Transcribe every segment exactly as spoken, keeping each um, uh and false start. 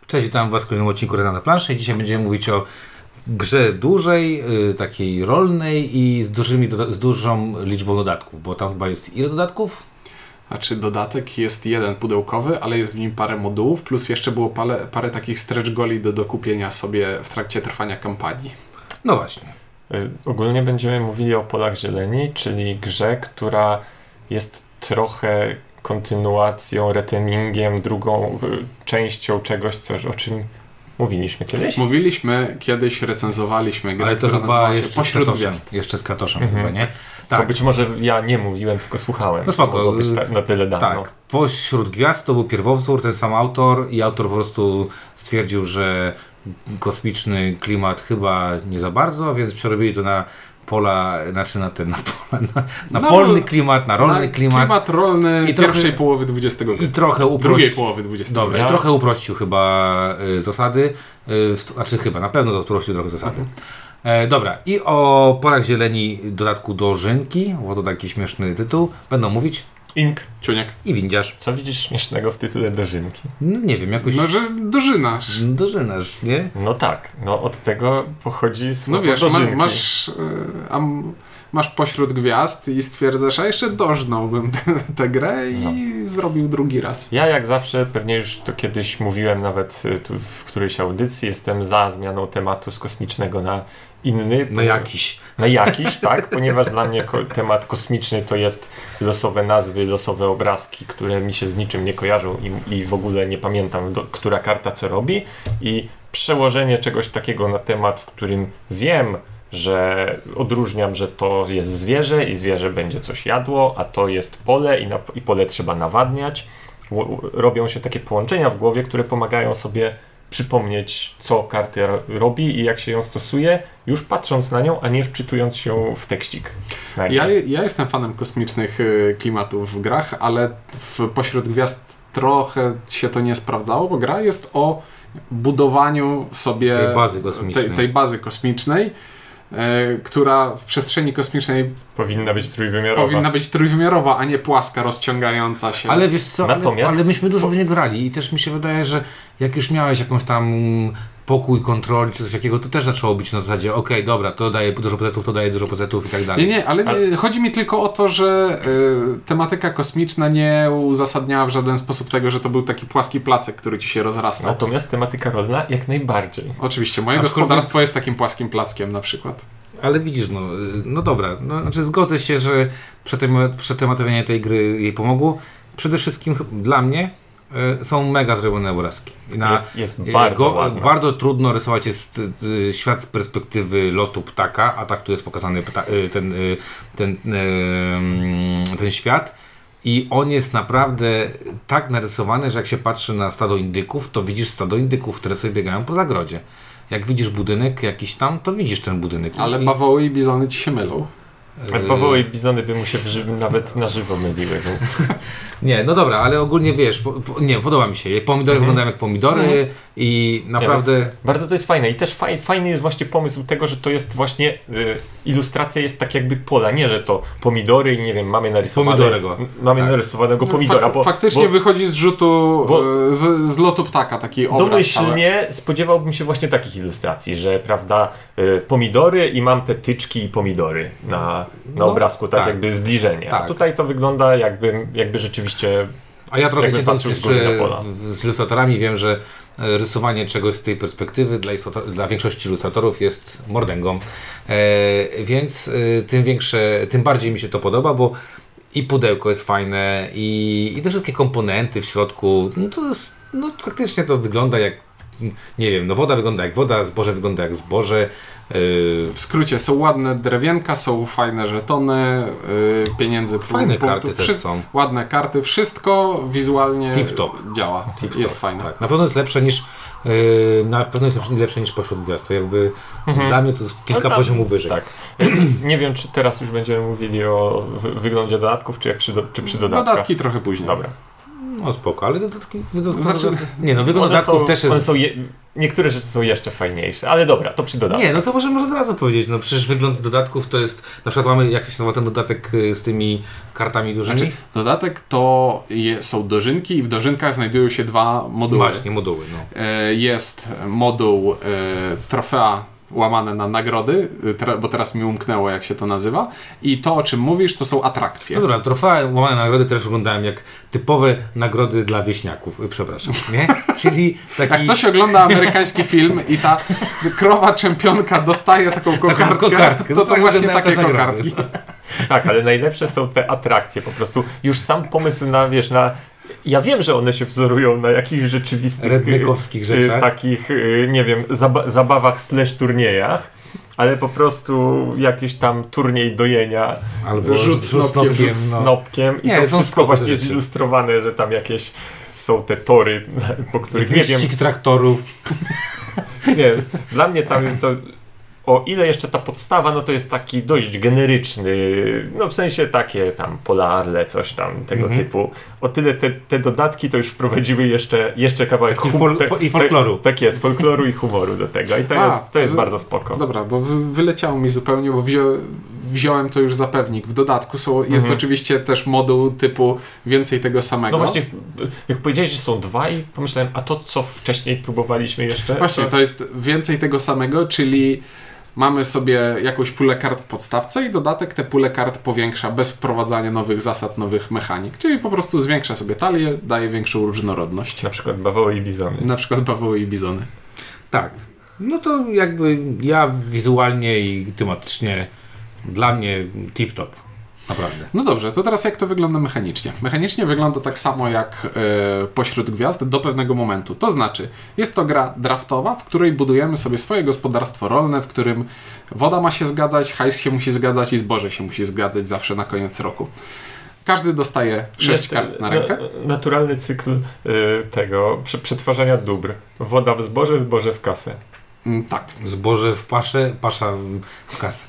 Cześć, witam Was w kolejnym odcinku Rena na planszy. Dzisiaj będziemy mówić o grze dużej, yy, takiej rolnej i z, dużymi, z dużą liczbą dodatków, bo tam chyba jest ile dodatków? Znaczy dodatek jest jeden pudełkowy, ale jest w nim parę modułów, plus jeszcze było parę, parę takich stretch goli do dokupienia sobie w trakcie trwania kampanii. No właśnie. Y, ogólnie będziemy mówili o Polach Zieleni, czyli grze, która jest trochę kontynuacją, retenningiem, drugą y, częścią czegoś, coś, o czym mówiliśmy kiedyś. Mówiliśmy kiedyś, recenzowaliśmy grę, ale to która chyba nazywa się jeszcze Pośród z Gwiazd. Jeszcze z Kratoszem Mhm. chyba, nie? Tak. To być może ja nie mówiłem, tylko słuchałem. No spoko. Mogło być ta, na tyle dawno. Tak. Pośród Gwiazd to był pierwowzór, ten sam autor i autor po prostu stwierdził, że kosmiczny klimat chyba nie za bardzo, więc przerobili to na pola, znaczy na ten, na, pola, na, na No, polny klimat, na rolny na klimat. Klimat rolny I pierwszej trochę, połowy dwudziestego wieku. I trochę uprościł. Drugiej połowy dwudziestego Dobra, wieku. i trochę uprościł chyba y, zasady. Y, znaczy chyba, na pewno to uprościł trochę zasady. E, dobra, i o Polach Zieleni dodatku Dożynki, bo to taki śmieszny tytuł, będą mówić Ink. Ciuniek. i Windziarz. Co widzisz śmiesznego w tytule Dożynki? No nie wiem, jakoś... No, że dożynasz. Dożynasz, nie? No tak, no od tego pochodzi słowo No wiesz, ma, dożynki. masz, y, a, masz Pośród Gwiazd i stwierdzasz, a jeszcze dożnąłbym tę grę i no. zrobił drugi raz. Ja jak zawsze, pewnie już to kiedyś mówiłem nawet tu w którejś audycji, jestem za zmianą tematu z kosmicznego na inny. Na jakiś. Na jakiś, tak, ponieważ dla mnie ko- temat kosmiczny to jest losowe nazwy, losowe obrazki, które mi się z niczym nie kojarzą i, i w ogóle nie pamiętam, do, która karta co robi, i przełożenie czegoś takiego na temat, w którym wiem, że odróżniam, że to jest zwierzę i zwierzę będzie coś jadło, a to jest pole i, na, i pole trzeba nawadniać. Robią się takie połączenia w głowie, które pomagają sobie przypomnieć, co karta robi i jak się ją stosuje, już patrząc na nią, a nie wczytując się w tekścik. Ja, ja jestem fanem kosmicznych y, klimatów w grach, ale w Pośród Gwiazd trochę się to nie sprawdzało, bo gra jest o budowaniu sobie tej bazy kosmicznej, tej, tej bazy kosmicznej e, która w przestrzeni kosmicznej powinna być trójwymiarowa. Powinna być trójwymiarowa, a nie płaska, rozciągająca się. Ale wiesz co, Natomiast... ale, ale myśmy dużo w nie grali i też mi się wydaje, że jak już miałeś jakąś tam pokój kontroli czy coś takiego, to też zaczęło być na zasadzie okej, okay, dobra, to daje dużo pozetów, to daje dużo pozetów i tak dalej. Nie, nie, ale nie, chodzi mi tylko o to, że y, tematyka kosmiczna nie uzasadniała w żaden sposób tego, że to był taki płaski placek, który ci się rozrasta. Natomiast tematyka rolna jak najbardziej. Oczywiście, moje A gospodarstwo powiem... jest takim płaskim plackiem na przykład. Ale widzisz, no, no dobra, no, znaczy zgodzę się, że przetematowanie tej gry jej pomogło. Przede wszystkim dla mnie y, są mega zrobione obrazki. Na, jest jest bardzo go, ładna. Bardzo trudno rysować jest y, świat z perspektywy lotu ptaka, a tak tu jest pokazany pta, y, ten, y, ten, y, ten świat. I on jest naprawdę tak narysowany, że jak się patrzy na stado indyków, to widzisz stado indyków, które sobie biegają po zagrodzie. Jak widzisz budynek jakiś tam, to widzisz ten budynek. Ale bawoły i bizony ci się mylą. Ale bawoły i bizony by mu się nawet na żywo myliły, więc... Nie, no dobra, ale ogólnie wiesz, po, po, nie, podoba mi się. Pomidory mm. wyglądają jak pomidory mm. i naprawdę... Nie, bardzo to jest fajne i też faj, fajny jest właśnie pomysł tego, że to jest właśnie, y, ilustracja jest tak jakby pola, nie, że to pomidory i nie wiem, mamy narysowane, mamy tak. narysowanego pomidora. Fak, bo, faktycznie bo, wychodzi z rzutu, bo, z, z lotu ptaka taki obraz. Domyślnie ale... spodziewałbym się właśnie takich ilustracji, że prawda, y, pomidory i mam te tyczki i pomidory na, na no, obrazku, tak, tak jakby zbliżenie. Tak. A tutaj to wygląda jakby, jakby rzeczywiście A ja trochę się z, z ilustratorami wiem, że rysowanie czegoś z tej perspektywy dla, dla większości ilustratorów jest mordęgą. E, więc e, tym większe, tym bardziej mi się to podoba, bo i pudełko jest fajne i, i te wszystkie komponenty w środku, no to jest, no faktycznie to wygląda jak, nie wiem, no woda wygląda jak woda, zboże wygląda jak zboże. W skrócie, są ładne drewienka, są fajne żetony, yy, pieniędzy, fajne punktów, karty też wszy- są. Ładne karty, wszystko wizualnie Tip-top. działa, Tip-top. jest fajne. Tak. Na pewno jest lepsze niż yy, na pewno jest lepsze niż Pośród Gwiazd. To jakby mhm. dla mnie to jest kilka no, poziomów wyżej. Tak. Nie wiem, czy teraz już będziemy mówili o wy- wyglądzie dodatków, czy, jak przy, do- czy przy dodatkach. Dodatki trochę później. Dobra. No spoko, ale dodatki... dodatki znaczy, nie no, wygląd one dodatków są, też jest... One są je, niektóre rzeczy są jeszcze fajniejsze, ale dobra, to przy dodatku. Nie, no to może, może od razu powiedzieć, no przecież wygląd dodatków to jest, na przykład mamy, jak się nazywa ten dodatek z tymi kartami dużymi? Znaczy, dodatek to je, są dożynki i w dożynkach znajdują się dwa moduły. Właśnie, moduły, no. E, jest moduł e, trofea łamane na nagrody, bo teraz mi umknęło, jak się to nazywa. I to, o czym mówisz, to są atrakcje. No dobra, trofea łamane na nagrody też wyglądają jak typowe nagrody dla wieśniaków, przepraszam, nie? Czyli taki... Jak ktoś ogląda amerykański film i ta krowa czempionka dostaje taką kokardkę, kokardkę, to to, tak właśnie wyglądają takie te nagrody. kokardki. Tak, ale najlepsze są te atrakcje, po prostu już sam pomysł na, wiesz, na... Ja wiem, że one się wzorują na jakichś rzeczywistych redneckowskich rzeczach. Y, takich, y, nie wiem, zaba- zabawach slash turniejach, ale po prostu jakiś tam turniej dojenia, albo rzut snopkiem, rzut no. snopkiem i Nie, to są wszystko właśnie rzeczy. zilustrowane, że tam jakieś są te tory, po których nie wiem... Wyścig traktorów. Nie, dla mnie tam to... O ile jeszcze ta podstawa, no to jest taki dość generyczny, no w sensie takie tam polarle, coś tam tego Mhm. typu. O tyle te, te dodatki to już wprowadziły jeszcze, jeszcze kawałek Taki hum- fol- te, fo- i folkloru. Te, tak jest, folkloru i humoru do tego i to A, jest, to jest z- bardzo spoko. Dobra, bo wy, wyleciało mi zupełnie, bo wzią, wziąłem to już za pewnik. W dodatku są, jest Mhm. oczywiście też moduł typu więcej tego samego. No właśnie, jak powiedziałeś, że są dwa i pomyślałem, a to co wcześniej próbowaliśmy jeszcze? Właśnie, to jest więcej tego samego, czyli mamy sobie jakąś pulę kart w podstawce i dodatek te pulę kart powiększa bez wprowadzania nowych zasad, nowych mechanik. Czyli po prostu zwiększa sobie talię, daje większą różnorodność. Na przykład bawoły i bizony. Na przykład bawoły i bizony. Tak. No to jakby ja wizualnie i tematycznie dla mnie tip-top. Naprawdę. No dobrze, to teraz jak to wygląda mechanicznie? Mechanicznie wygląda tak samo jak e, Pośród Gwiazd do pewnego momentu. To znaczy, jest to gra draftowa, w której budujemy sobie swoje gospodarstwo rolne, w którym woda ma się zgadzać, hajs się musi zgadzać i zboże się musi zgadzać zawsze na koniec roku. Każdy dostaje sześć Jest, kart na rękę. Na, naturalny cykl y, tego prze, przetwarzania dóbr. Woda w zboże, zboże w kasę. Mm, tak. Zboże w paszę, pasza w, w kasę.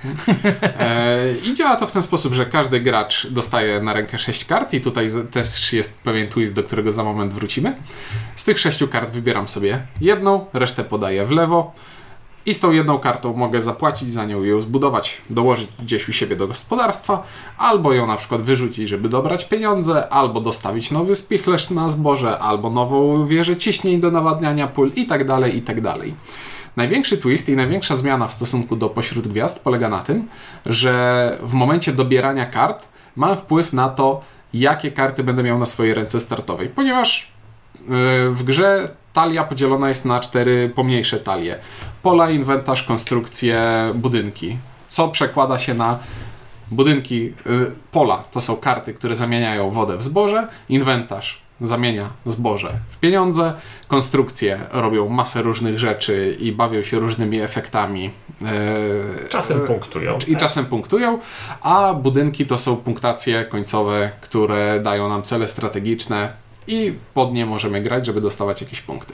E, I działa to w ten sposób, że każdy gracz dostaje na rękę sześć kart i tutaj z- też jest pewien twist, do którego za moment wrócimy. Z tych sześciu kart wybieram sobie jedną, resztę podaję w lewo i z tą jedną kartą mogę zapłacić za nią i ją zbudować, dołożyć gdzieś u siebie do gospodarstwa, albo ją na przykład wyrzucić, żeby dobrać pieniądze, albo dostawić nowy spichlerz na zboże, albo nową wieżę ciśnień do nawadniania pól i tak dalej, i tak dalej. Największy twist i największa zmiana w stosunku do Pośród Gwiazd polega na tym, że w momencie dobierania kart mam wpływ na to, jakie karty będę miał na swojej ręce startowej, ponieważ yy, w grze talia podzielona jest na cztery pomniejsze talie. Pola, inwentarz, konstrukcje, budynki. Co przekłada się na budynki, yy, pola to są karty, które zamieniają wodę w zboże, inwentarz zamienia zboże w pieniądze, konstrukcje robią masę różnych rzeczy i bawią się różnymi efektami. Yy, Czasem punktują. I czasem punktują, a budynki to są punktacje końcowe, które dają nam cele strategiczne i pod nie możemy grać, żeby dostawać jakieś punkty.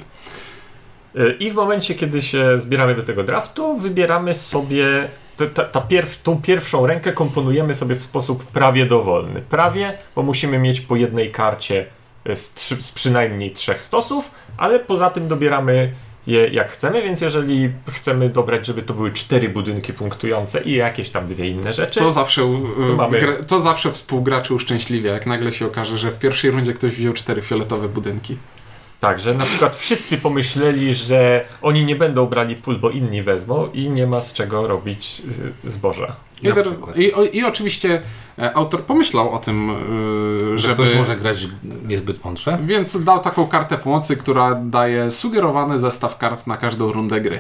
I w momencie, kiedy się zbieramy do tego draftu, wybieramy sobie ta, ta, ta pierw, tą pierwszą rękę komponujemy sobie w sposób prawie dowolny. Prawie, bo musimy mieć po jednej karcie z, trzy, z przynajmniej trzech stosów, ale poza tym dobieramy je jak chcemy, więc jeżeli chcemy dobrać, żeby to były cztery budynki punktujące i jakieś tam dwie inne rzeczy, To zawsze, to mamy- gra- to zawsze współgraczy uszczęśliwia, jak nagle się okaże, że w pierwszej rundzie ktoś wziął cztery fioletowe budynki. tak, że na przykład wszyscy pomyśleli, że oni nie będą brali pól, bo inni wezmą i nie ma z czego robić y, zboża. I, Na ter- przykład. i, o- I oczywiście e, autor pomyślał o tym, yy, Że żeby... ktoś może grać niezbyt mądrze. Więc dał taką kartę pomocy, która daje sugerowany zestaw kart na każdą rundę gry.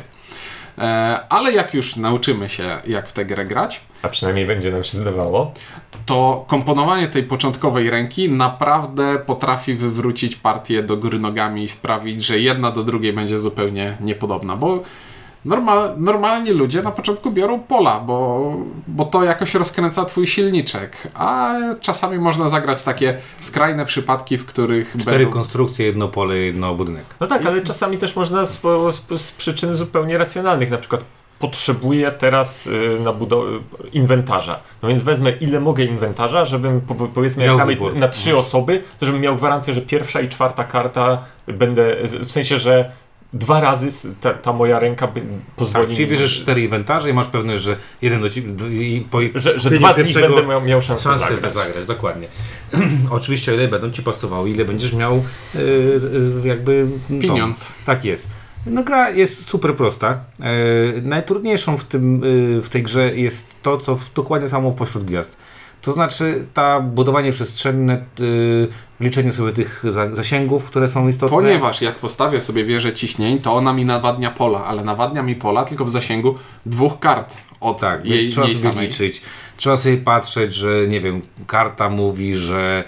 E, ale jak już nauczymy się, jak w tę grę grać, A przynajmniej będzie nam się zdawało. to komponowanie tej początkowej ręki naprawdę potrafi wywrócić partię do góry nogami i sprawić, że jedna do drugiej będzie zupełnie niepodobna, bo normal, normalnie ludzie na początku biorą pola, bo, bo to jakoś rozkręca twój silniczek, a czasami można zagrać takie skrajne przypadki, w których Cztery będą... konstrukcje, jedno pole, jedno budynek. No tak, ale czasami też można z, z, z przyczyn zupełnie racjonalnych, na przykład potrzebuję teraz y, na budow- inwentarza. No więc wezmę ile mogę inwentarza, żebym po, powiedzmy jak Miał gramy wybór. na trzy osoby, to żebym miał gwarancję, że pierwsza i czwarta karta będę, w sensie, że dwa razy ta, ta moja ręka by pozwoli... Tak, czyli bierzesz cztery inwentarze i masz pewność, że jeden do ciebie... I po, że że dwa z nich będę miał, miał szansę, szansę zagrać. zagrać. Dokładnie. Oczywiście, o ile będą ci pasowały, ile będziesz miał yy, yy, jakby... Pieniądz. To, tak jest. No gra jest super prosta. Yy, najtrudniejszą w, tym, yy, w tej grze jest to, co w, dokładnie samo pośród gwiazd. To znaczy ta budowanie przestrzenne, yy, liczenie sobie tych za, zasięgów, które są istotne. Ponieważ jak postawię sobie wieżę ciśnień, to ona mi nawadnia pola, ale nawadnia mi pola tylko w zasięgu dwóch kart od tak, jej, więc trzeba jej sobie samej. liczyć. Trzeba sobie patrzeć, że nie wiem, karta mówi, że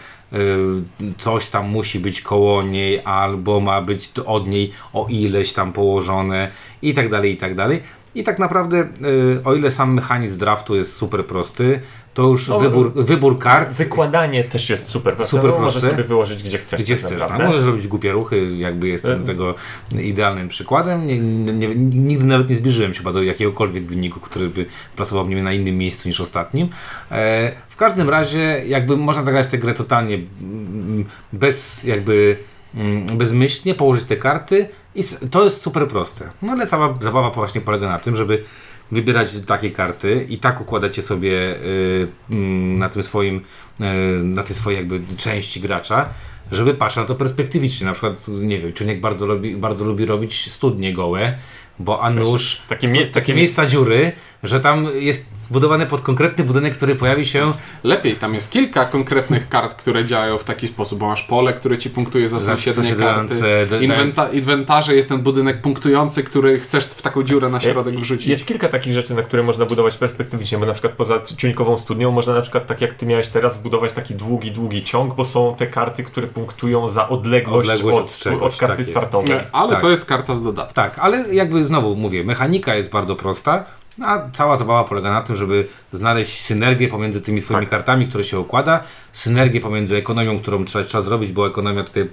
y, coś tam musi być koło niej, albo ma być od niej o ileś tam położone i tak dalej, i tak dalej. I tak naprawdę, y, o ile sam mechanizm draftu jest super prosty, to już No, wybór, wybór kart... Wykładanie też jest super proste. Super no, proste. Możesz sobie wyłożyć gdzie chcesz. Gdzie tak chcesz. naprawdę. No, możesz robić głupie ruchy, jakby jestem tego idealnym przykładem. Nie, nie, nie, nigdy nawet nie zbliżyłem się chyba do jakiegokolwiek wyniku, który by pracował mnie na innym miejscu niż ostatnim. E, w każdym razie jakby można zagrać tę grę totalnie mm, bez jakby mm, bezmyślnie, położyć te karty i s- to jest super proste. No ale cała zabawa właśnie polega na tym, żeby wybierać takie karty i tak układać je sobie y, mm, na tym swoim, y, na tej swojej jakby części gracza, żeby patrzeć na to perspektywicznie. Na przykład, nie wiem, Czuniek bardzo lubi, bardzo lubi robić studnie gołe, bo a nuż takie, mie- takie takie miejsca dziury, że tam jest budowany pod konkretny budynek, który pojawi się Lepiej, tam jest kilka konkretnych kart, które działają w taki sposób, bo masz pole, które ci punktuje za sąsiednie karty. Inwenta- inwentarze jest ten budynek punktujący, który chcesz w taką dziurę na środek wrzucić. Jest kilka takich rzeczy, na które można budować perspektywicznie, bo na przykład poza ciuńkową studnią można na przykład, tak jak ty miałeś teraz, budować taki długi, długi ciąg, bo są te karty, które punktują za odległość, Odległość od, od czegoś, od karty tak jest. startowej. Nie, ale Tak. to jest karta z dodatkiem. Tak, ale jakby znowu mówię, mechanika jest bardzo prosta, a cała zabawa polega na tym, żeby znaleźć synergię pomiędzy tymi swoimi Tak. kartami, które się układa, synergię pomiędzy ekonomią, którą trzeba, trzeba zrobić, bo ekonomia tutaj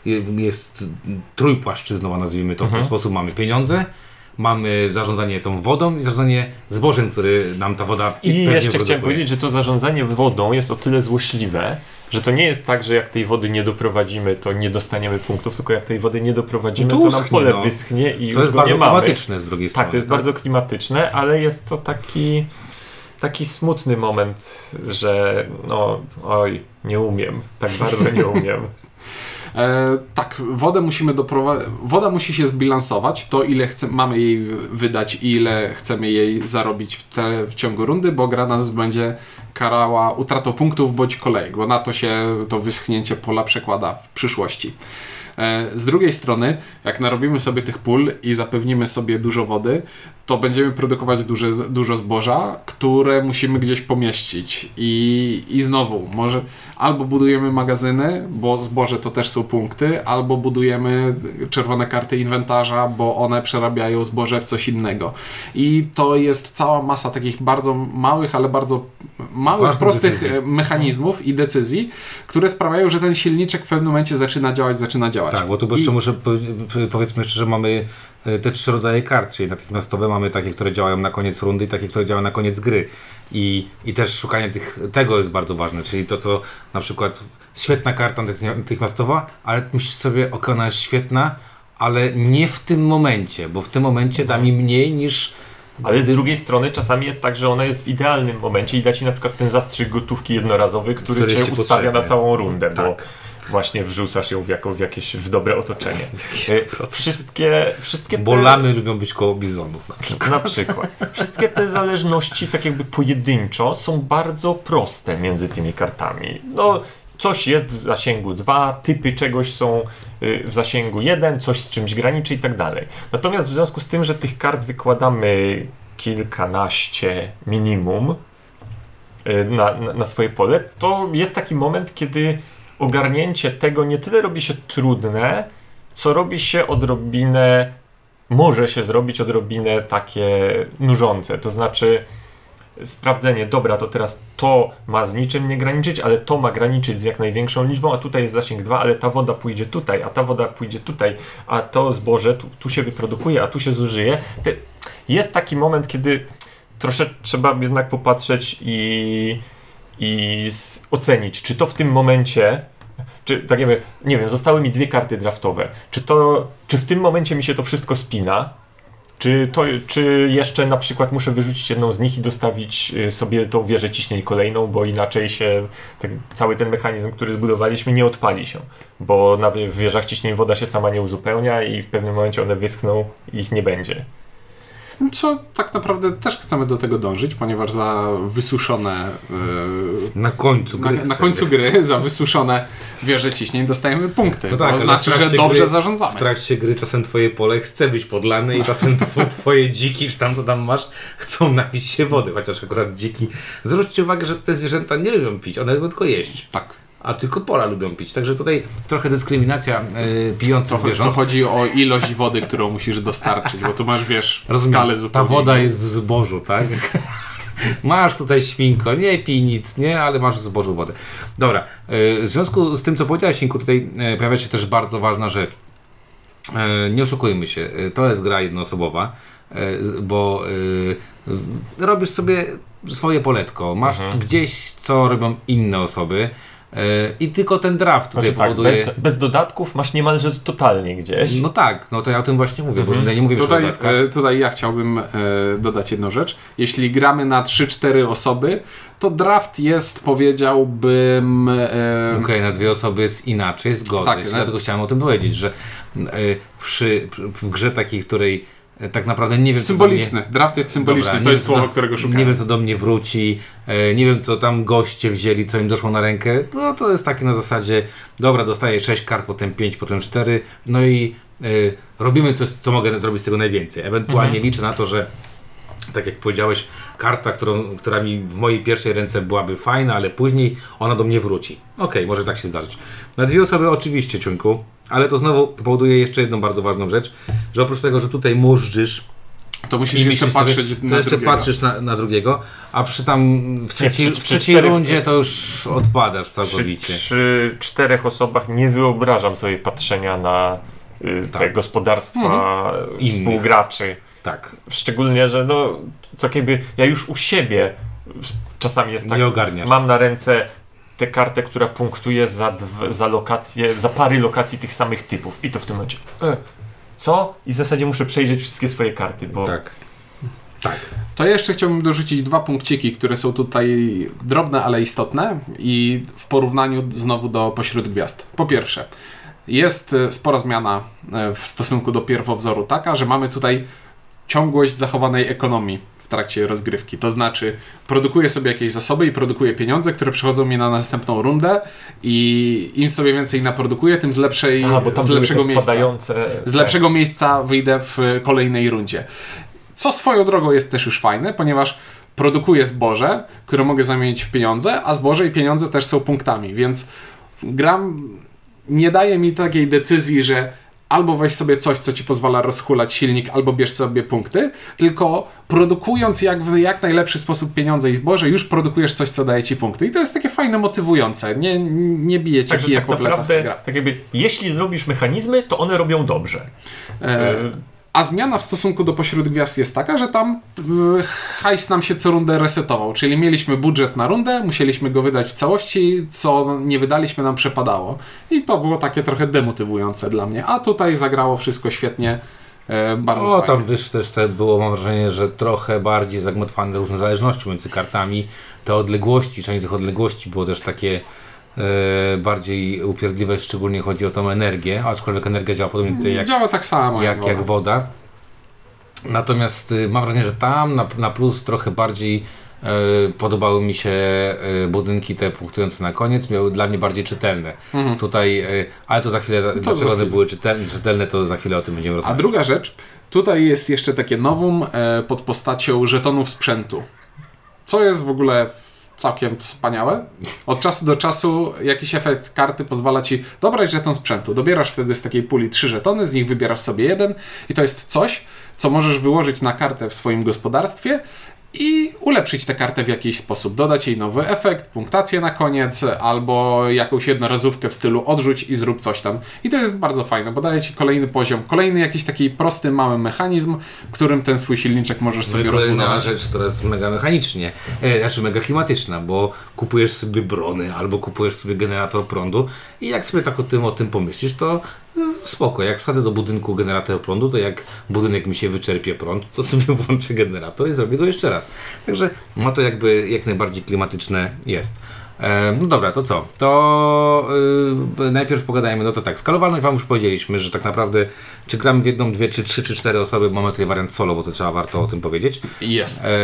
jest trójpłaszczyznowa, nazwijmy to w ten sposób. Mamy pieniądze, mamy zarządzanie tą wodą i zarządzanie zbożem, który nam ta woda I pewnie jeszcze chciałem produkuje. powiedzieć, że to zarządzanie wodą jest o tyle złośliwe, że to nie jest tak, że jak tej wody nie doprowadzimy, to nie dostaniemy punktów, tylko jak tej wody nie doprowadzimy, No to, to nam uschnie, pole no. wyschnie i Co już jest go nie bardzo mamy. klimatyczne z drugiej strony. Tak, to jest bardzo klimatyczne, ale jest to taki taki smutny moment, że no oj, nie umiem, tak bardzo nie umiem. E, tak, wodę musimy doprowadzić. Woda musi się zbilansować, to ile chce, mamy jej wydać i ile chcemy jej zarobić w, te, w ciągu rundy, bo gra nas będzie karała utratą punktów bądź kolejek, bo na to się to wyschnięcie pola przekłada w przyszłości. E, z drugiej strony, jak narobimy sobie tych pól i zapewnimy sobie dużo wody, to będziemy produkować duże, dużo zboża, które musimy gdzieś pomieścić. I, I znowu, może albo budujemy magazyny, bo zboże to też są punkty, albo budujemy czerwone karty inwentarza, bo one przerabiają zboże w coś innego. I to jest cała masa takich bardzo małych, ale bardzo małych, Ważnych prostych decyzji. mechanizmów i decyzji, które sprawiają, że ten silniczek w pewnym momencie zaczyna działać, zaczyna działać. Tak, bo tu jeszcze I- muszę po- powiedzmy jeszcze, że mamy y, te trzy rodzaje kart, czyli natychmiastowe mamy takie, które działają na koniec rundy i takie, które działają na koniec gry. I, i też szukanie tych, tego jest bardzo ważne, czyli to, co na przykład świetna karta natychmiastowa, ale myślisz sobie, ok, ona jest świetna, ale nie w tym momencie, bo w tym momencie da mi mniej niż... Ale z drugiej strony czasami jest tak, że ona jest w idealnym momencie i da ci na przykład ten zastrzyk gotówki jednorazowy, który, Który cię jest ci ustawia potrzebny. na całą rundę, bo Tak. właśnie wrzucasz ją w, jako, w jakieś w dobre otoczenie. E, Wszystkie, wszystkie te... Bo lamy lubią być koło bizonów na przykład. Na przykład. Wszystkie te zależności, tak jakby pojedynczo, są bardzo proste między tymi kartami. No, coś jest w zasięgu dwa, typy czegoś są y, w zasięgu jeden, coś z czymś graniczy i tak dalej. Natomiast w związku z tym, że tych kart wykładamy kilkanaście minimum y, na, na, na swoje pole, to jest taki moment, kiedy ogarnięcie tego nie tyle robi się trudne, co robi się odrobinę, może się zrobić odrobinę takie nużące. To znaczy sprawdzenie, dobra, to teraz to ma z niczym nie graniczyć, ale to ma graniczyć z jak największą liczbą, a tutaj jest zasięg dwa, ale ta woda pójdzie tutaj, a ta woda pójdzie tutaj, a to zboże tu, tu się wyprodukuje, a tu się zużyje. Te, jest taki moment, kiedy troszeczkę trzeba jednak popatrzeć i, i z, ocenić, czy to w tym momencie Czy tak jakby, nie wiem, zostały mi dwie karty draftowe. Czy to, czy w tym momencie mi się to wszystko spina? Czy, to, czy jeszcze na przykład muszę wyrzucić jedną z nich i dostawić sobie tą wieżę ciśnień kolejną, bo inaczej się tak, cały ten mechanizm, który zbudowaliśmy, nie odpali się. Bo na w wieżach ciśnień woda się sama nie uzupełnia i w pewnym momencie one wyschną i ich nie będzie. Co tak naprawdę też chcemy do tego dążyć, ponieważ za wysuszone... Yy, na końcu gry. Na, na końcu gry za wysuszone wieże ciśnień dostajemy punkty. No tak, to znaczy, że dobrze gry, zarządzamy. W trakcie gry czasem twoje pole chce być podlane i czasem tw- twoje dziki, czy tam co tam masz, chcą napić się wody. Chociaż akurat dziki... Zwróćcie uwagę, że te zwierzęta nie lubią pić, one lubią tylko jeść. Tak. A tylko pola lubią pić. Także tutaj trochę dyskryminacja yy, pijących To, zwierząt. to chodzi o ilość wody, którą musisz dostarczyć, bo tu masz, wiesz, skalę zupełnie. Ta woda jest w zbożu, tak? Masz tutaj świnko, nie pij nic, nie, ale masz w zbożu wodę. Dobra, yy, w związku z tym, co powiedziałeś, Sinku, tutaj yy, pojawia się też bardzo ważna rzecz. Yy, nie oszukujmy się, yy, to jest gra jednoosobowa, yy, bo yy, robisz sobie swoje poletko, masz mhm. gdzieś, co robią inne osoby. I tylko ten draft tutaj znaczy, powoduje... Tak, bez, bez dodatków masz niemalże totalnie gdzieś. No tak, no to ja o tym właśnie mówię, mhm. bo nie mówię tutaj, o dodatkach. e, tutaj ja chciałbym e, dodać jedną rzecz. Jeśli gramy na trzy cztery osoby, to draft jest, powiedziałbym... E, Okej, okay, na dwie osoby jest inaczej, zgodzę tak, się. no. Dlatego chciałem o tym powiedzieć, że e, w, w grze takiej, w której tak naprawdę nie wiem, symboliczny. Co do mnie... Draft jest symboliczny, Dobra, to jest słowo, do... którego szukałem. Nie wiem, co do mnie wróci, nie wiem, co tam goście wzięli, co im doszło na rękę. No to jest takie na zasadzie, dobra, dostaję sześć kart, potem pięć, potem cztery, no i y, robimy coś, co mogę zrobić z tego najwięcej. Ewentualnie mhm. liczę na to, że tak jak powiedziałeś, karta, którą, która mi w mojej pierwszej ręce byłaby fajna, ale później ona do mnie wróci. Okej, okay, może tak się zdarzyć. Na dwie osoby oczywiście, Ciuńku, ale to znowu powoduje jeszcze jedną bardzo ważną rzecz, że oprócz tego, że tutaj możesz, to musisz jeszcze patrzeć sobie, na to jeszcze drugiego. patrzysz na, na drugiego, a przy tam w trzeciej, Nie, przy, w trzeciej czterech, rundzie to już odpadasz całkowicie. Przy, przy czterech osobach nie wyobrażam sobie patrzenia na y, tak. te gospodarstwa mhm. współgraczy. Tak. Szczególnie, że no, tak jakby ja już u siebie czasami jest tak, nie ogarniasz. Mam na ręce tę kartę, która punktuje za, dw, za lokacje, za pary lokacji tych samych typów. I to w tym momencie. E, co? I w zasadzie muszę przejrzeć wszystkie swoje karty, bo... Tak. Tak. To ja jeszcze chciałbym dorzucić dwa punkciki, które są tutaj drobne, ale istotne i w porównaniu znowu do Pośród Gwiazd. Po pierwsze, jest spora zmiana w stosunku do pierwowzoru taka, że mamy tutaj ciągłość zachowanej ekonomii w trakcie rozgrywki. To znaczy produkuję sobie jakieś zasoby i produkuję pieniądze, które przychodzą mi na następną rundę i im sobie więcej naprodukuję, tym z lepszej, Aha, bo tam z lepszego miejsca. Spadające... Z lepszego miejsca wyjdę w kolejnej rundzie. Co swoją drogą jest też już fajne, ponieważ produkuję zboże, które mogę zamienić w pieniądze, a zboże i pieniądze też są punktami, więc gram nie daje mi takiej decyzji, że albo weź sobie coś, co ci pozwala rozhulać silnik, albo bierz sobie punkty, tylko produkując jak w jak najlepszy sposób pieniądze i zboże, już produkujesz coś, co daje ci punkty. I to jest takie fajne, motywujące. Nie, nie bije cię Także kije tak po plecach. naprawdę, tak jakby, jeśli zrobisz mechanizmy, to one robią dobrze. E, a zmiana w stosunku do Pośród Gwiazd jest taka, że tam y, hajs nam się co rundę resetował, czyli mieliśmy budżet na rundę, musieliśmy go wydać w całości, co nie wydaliśmy nam przepadało. I to było takie trochę demotywujące dla mnie. A tutaj zagrało wszystko świetnie, y, bardzo O, fajnie. tam wiesz, też te było, mam wrażenie, że trochę bardziej zagmatwane różne zależności między kartami, te odległości, część tych odległości było też takie e, bardziej upierdliwe, szczególnie chodzi o tą energię, aczkolwiek energia działa podobnie tutaj jak, działa tak samo jak, jak, jak woda. Natomiast y, mam wrażenie, że tam na, na plus trochę bardziej y, podobały mi się y, budynki te punktujące na koniec, miały dla mnie bardziej czytelne. Mhm. Tutaj, y, ale to za chwilę, to dlaczego one były czytelne, czytelne, to za chwilę o tym będziemy rozmawiać. A druga rzecz, tutaj jest jeszcze takie novum e, pod postacią żetonów sprzętu. Co jest w ogóle całkiem wspaniałe. Od czasu do czasu jakiś efekt karty pozwala ci dobrać żeton sprzętu. Dobierasz wtedy z takiej puli trzy żetony, z nich wybierasz sobie jeden i to jest coś, co możesz wyłożyć na kartę w swoim gospodarstwie i ulepszyć tę kartę w jakiś sposób. Dodać jej nowy efekt, punktację na koniec, albo jakąś jednorazówkę w stylu odrzuć i zrób coś tam. I to jest bardzo fajne, bo daje ci kolejny poziom, kolejny jakiś taki prosty, mały mechanizm, którym ten swój silniczek możesz No sobie i kolejna rozbudować. rzecz, która jest mega mechanicznie, e, znaczy mega klimatyczna, bo kupujesz sobie brony albo kupujesz sobie generator prądu i jak sobie tak o tym, o tym pomyślisz, to spoko, jak wsadzę do budynku generator prądu, to jak budynek mi się wyczerpie prąd, to sobie włączę generator i zrobię go jeszcze raz. Także no to jakby jak najbardziej klimatyczne jest. E, no dobra, to co? To yy, najpierw pogadajmy, no to tak, skalowalność wam już powiedzieliśmy, że tak naprawdę czy gramy w jedną, dwie, czy trzy, czy cztery osoby, mamy tutaj wariant solo, bo to trzeba warto o tym powiedzieć. Jest. E,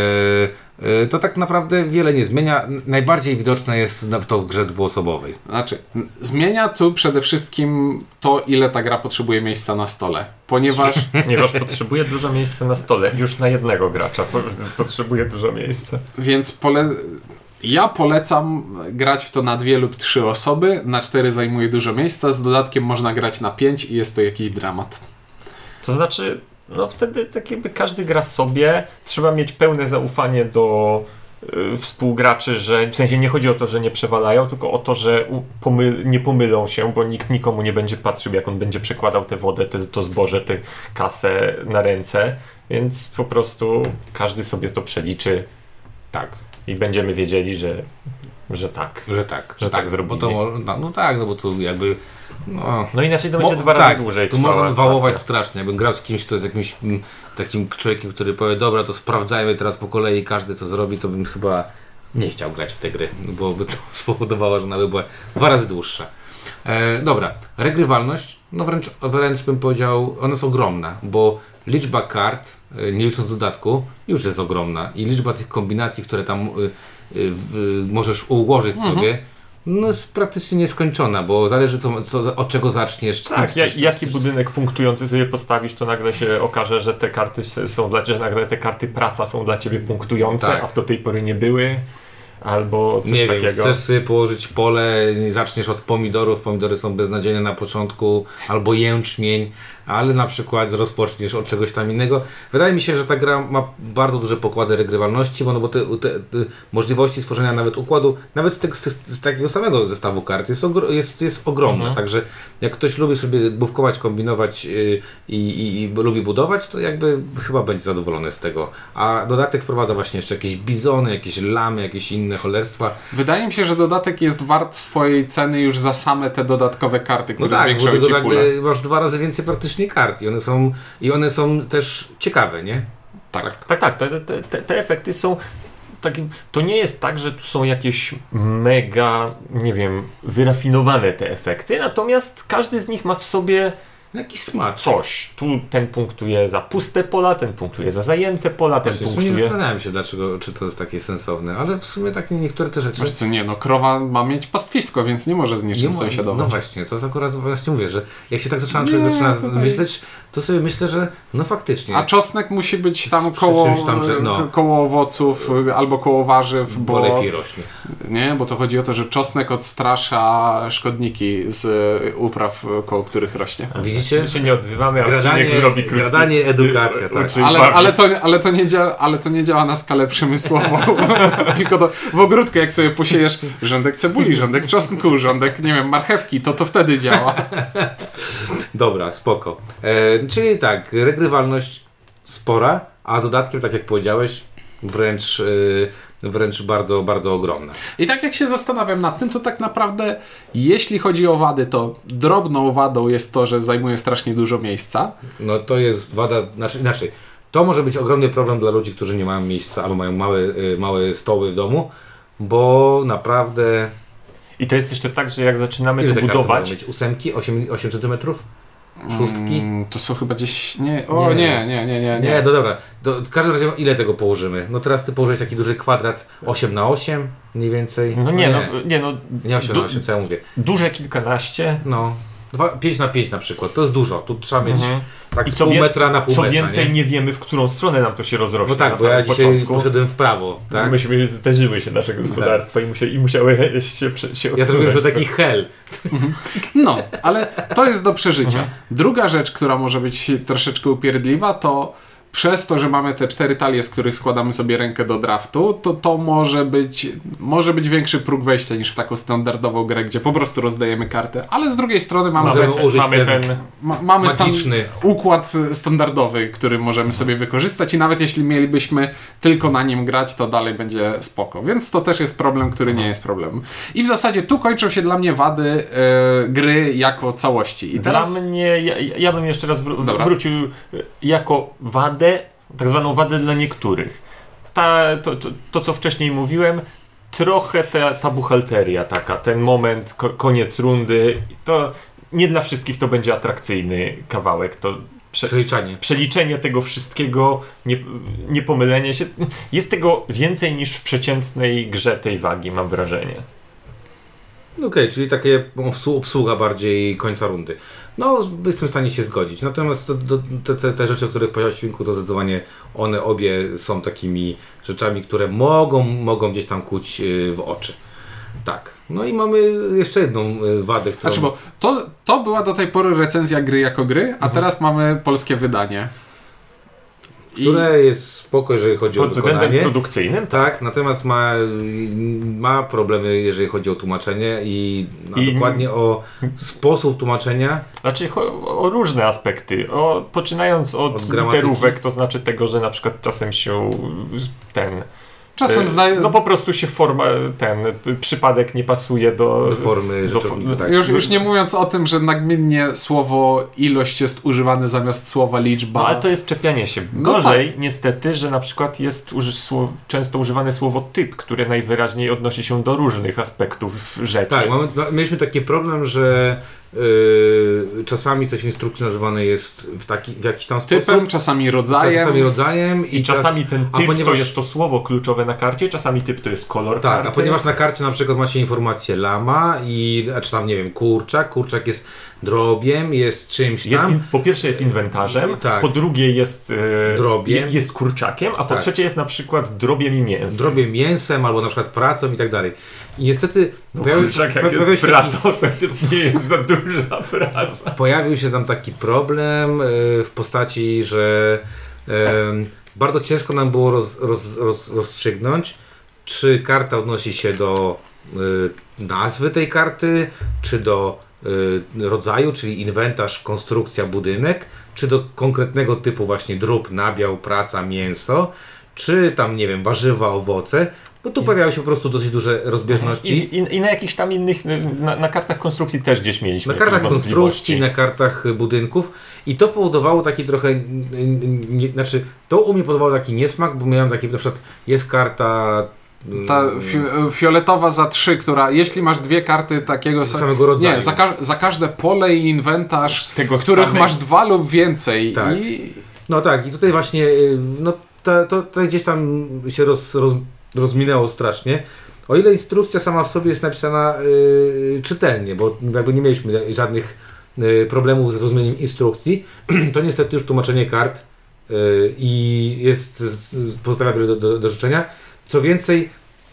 e, to tak naprawdę wiele nie zmienia. Najbardziej widoczne jest to w grze dwuosobowej. Znaczy, zmienia tu przede wszystkim to, ile ta gra potrzebuje miejsca na stole. Ponieważ... Ponieważ potrzebuje dużo miejsca na stole. Już na jednego gracza po, potrzebuje dużo miejsca. Więc pole... ja polecam grać w to na dwie lub trzy osoby. Na cztery zajmuje dużo miejsca. Z dodatkiem można grać na pięć i jest to jakiś dramat. To znaczy, no wtedy tak jakby każdy gra sobie. Trzeba mieć pełne zaufanie do y, współgraczy, że w sensie nie chodzi o to, że nie przewalają, tylko o to, że u, pomyl, nie pomylą się, bo nikt nikomu nie będzie patrzył, jak on będzie przekładał tę wodę, te, to zboże, tę kasę na ręce. Więc po prostu każdy sobie to przeliczy. Tak. I będziemy wiedzieli, że, że tak. Że tak. Że tak zrobili. Bo to, no, no tak, no bo to jakby... No, No inaczej to będzie Mo- dwa razy tak, dłużej tu trwała można wałować partia. strasznie. Jakbym grał z kimś, to jest jakimś mm, takim człowiekiem, który powie, dobra, to sprawdzajmy teraz po kolei, każdy co zrobi, to bym chyba nie chciał grać w te gry, bo by to spowodowało, że ona by była dwa razy dłuższa. E, dobra, regrywalność, no wręcz, wręcz bym powiedział, ona jest ogromna, bo liczba kart, e, nie licząc dodatku, już jest ogromna i liczba tych kombinacji, które tam e, e, w, możesz ułożyć Mhm. sobie, no jest praktycznie nieskończona, bo zależy co, co, od czego zaczniesz. Tak, ja, jaki budynek punktujący sobie postawisz, to nagle się okaże, że te karty są dla ciebie, nagle te karty praca są dla ciebie punktujące, Tak. a do tej pory nie były, albo coś nie takiego. wiem, chcesz sobie położyć pole, zaczniesz od pomidorów, pomidory są beznadziejne na początku, albo jęczmień, ale na przykład rozpoczniesz od czegoś tam innego. Wydaje mi się, że ta gra ma bardzo duże pokłady regrywalności, bo, no bo te, te, te możliwości stworzenia nawet układu, nawet z, te, z, z takiego samego zestawu kart jest, ogro, jest, jest ogromna. Mhm. Także jak ktoś lubi sobie bówkować, kombinować yy, i, i, i lubi budować, to jakby chyba będzie zadowolony z tego. A dodatek wprowadza właśnie jeszcze jakieś bizony, jakieś lamy, jakieś inne cholerstwa. Wydaje mi się, że dodatek jest wart swojej ceny już za same te dodatkowe karty, No które tak, bo zwiększają tego ci pulę. jakby masz dwa razy więcej praktycznie kart i one są, i one są też ciekawe, nie? Tak. Tak, tak, te, te, te, te efekty są takim, to nie jest tak, że tu są jakieś mega, nie wiem, wyrafinowane te efekty, natomiast każdy z nich ma w sobie Jakiś smak. coś. Tu ten punktuje za puste pola, ten punktuje za zajęte pola, ten Właśnie, w sumie punktuje... zastanawiam się, dlaczego, czy to jest takie sensowne, ale w sumie takie niektóre te rzeczy... Wiesz co, nie, no krowa ma mieć pastwisko, więc nie może z niczym ma- sąsiadować. No właśnie, to jest akurat właśnie mówię, że jak się tak zaczynam Nie, człowiek zaczyna tutaj- myśleć, to sobie myślę, że no faktycznie. A czosnek musi być tam Przy koło, czymś tam, że- no. koło owoców y, albo koło warzyw, bo bo lepiej rośnie. nie, bo to chodzi o to, że czosnek odstrasza szkodniki z y, upraw, y, koło których rośnie. Widzicie? My się nie odzywamy, a Gradanie- odcinek zrobi krótki. gradanie, edukacja, tak. Uczy Ale, bawi. ale, to, ale, to nie działa, ale to nie działa na skalę przemysłową. Tylko to w ogródku, jak sobie posiejesz rządek cebuli, rządek czosnku, rządek, nie wiem, marchewki, to to wtedy działa. Dobra, spoko. E, czyli tak, regrywalność spora, a dodatkiem, tak jak powiedziałeś, wręcz, e, wręcz bardzo, bardzo ogromna. I tak jak się zastanawiam nad tym, to tak naprawdę jeśli chodzi o wady, to drobną wadą jest to, że zajmuje strasznie dużo miejsca. No to jest wada, znaczy inaczej. To może być ogromny problem dla ludzi, którzy nie mają miejsca albo mają małe, y, małe stoły w domu, bo naprawdę... I to jest jeszcze tak, że jak zaczynamy Ile to te karty budować, mogą mieć? Ósemki? osiem, osiem centymetrów? Szóstki? Mm, to są chyba gdzieś... Nie, o Nie. nie, nie, nie, nie. Nie, nie. no dobra. To w każdym razie ile tego położymy? No teraz ty położyłeś taki duży kwadrat osiem na osiem mniej więcej. no nie, no, nie, no Nie osiem du- na osiem, co ja mówię. duże kilkanaście. No. pięć na pięć na przykład, to jest dużo. Tu trzeba mieć Mhm. tak I z co, pół wie, metra na pół co metra, więcej, nie? nie? wiemy, w którą stronę nam to się rozrośnie No tak, na bo ja samym dzisiaj początku. poszedłem w prawo, tak? Myśmy zderzyły się nasze gospodarstwa i, musieli, i musiały się, prze- się Ja odsunąć. zrobiłem już taki hell. No, ale to jest do przeżycia. Druga rzecz, która może być troszeczkę upierdliwa, to przez to, że mamy te cztery talie, z których składamy sobie rękę do draftu, to to może być, może być większy próg wejścia niż w taką standardową grę, gdzie po prostu rozdajemy kartę, ale z drugiej strony mamy, Możemy ten, użyć mamy ten, ten ma, mamy stan, magiczny układ standardowy, który możemy sobie wykorzystać i nawet jeśli mielibyśmy tylko na nim grać, to dalej będzie spoko. Więc to też jest problem, który nie jest problemem. I w zasadzie tu kończą się dla mnie wady e, gry jako całości. I teraz... Dla mnie, ja, ja bym jeszcze raz wró- wrócił jako wadę, tak zwaną wadę dla niektórych. Ta, to, to, to, co wcześniej mówiłem, trochę ta, ta buchalteria taka, ten moment, ko, koniec rundy, to nie dla wszystkich to będzie atrakcyjny kawałek, to prze, przeliczanie. przeliczenie tego wszystkiego, nie, nie pomylenie się. Jest tego więcej niż w przeciętnej grze tej wagi, mam wrażenie. Okej, okay, czyli takie obsługa bardziej końca rundy. No, jestem w stanie się zgodzić. Natomiast to, to, te, te rzeczy, o których powiedział Świnku, to zdecydowanie one obie są takimi rzeczami, które mogą, mogą gdzieś tam kuć w oczy. Tak. No i mamy jeszcze jedną wadę, którą... Znaczy, bo to, to była do tej pory recenzja gry jako gry, a mhm. teraz mamy polskie wydanie. Które I... jest spoko, jeżeli chodzi Pod o wykonanie. względem produkcyjnym? Tak, tak, natomiast ma, ma problemy, jeżeli chodzi o tłumaczenie i, I dokładnie o sposób tłumaczenia. Znaczy o różne aspekty. O, poczynając od, od literówek, to znaczy tego, że na przykład czasem się ten... Czasem zna... No po prostu się forma, ten przypadek nie pasuje do, do formy do, do, tak. już, już nie mówiąc o tym, że nagminnie słowo ilość jest używane zamiast słowa liczba. No ale to jest czepianie się. Gorzej no tak. niestety, że na przykład jest uży, słow, często używane słowo typ, które najwyraźniej odnosi się do różnych aspektów rzeczy. Tak, mamy, mieliśmy taki problem, że Yy, czasami coś w instrukcji nazywane jest w, taki, w jakiś tam sposób. Typem, czasami rodzajem. Czasami rodzajem. I, I czasami ten typ ponieważ... to jest to słowo kluczowe na karcie, czasami typ to jest kolor tak, karty. A ponieważ na karcie na przykład macie informację lama i, czy tam nie wiem, kurczak, kurczak jest drobiem, jest czymś tam. Jest in, po pierwsze jest inwentarzem, tak. po drugie jest e, drobiem, jest kurczakiem, a po tak. trzecie jest na przykład drobiem i mięsem. Drobiem mięsem albo na przykład pracą i tak dalej. I niestety no, pojawił, kurczak, jak pojawił jest się pracą, taki... to nie jest za duża praca. Pojawił się tam taki problem y, w postaci, że y, bardzo ciężko nam było roz, roz, roz, rozstrzygnąć, czy karta odnosi się do y, nazwy tej karty, czy do y, rodzaju, czyli inwentarz, konstrukcja, budynek, czy do konkretnego typu właśnie drób, nabiał, praca, mięso, czy tam, nie wiem, warzywa, owoce, bo tu pojawiały się po prostu dosyć duże rozbieżności. I, i, i na jakichś tam innych, na, na kartach konstrukcji też gdzieś mieliśmy Na kartach konstrukcji, na kartach budynków i to powodowało taki trochę, nie, znaczy to u mnie powodowało taki niesmak, bo miałem taki, na przykład jest karta... Ta fi- fioletowa za trzy, która jeśli masz dwie karty takiego sa- samego rodzaju. Nie, za, ka- za każde pole i inwentarz, tego których samej... masz dwa lub więcej. Tak. I... No tak, i tutaj właśnie no, to, to, to gdzieś tam się roz, roz, rozminęło strasznie. O ile instrukcja sama w sobie jest napisana yy, czytelnie, bo jakby nie mieliśmy żadnych yy, problemów ze zrozumieniem instrukcji, to niestety już tłumaczenie kart yy, i jest, pozostawia wiele do, do, do życzenia. Co więcej,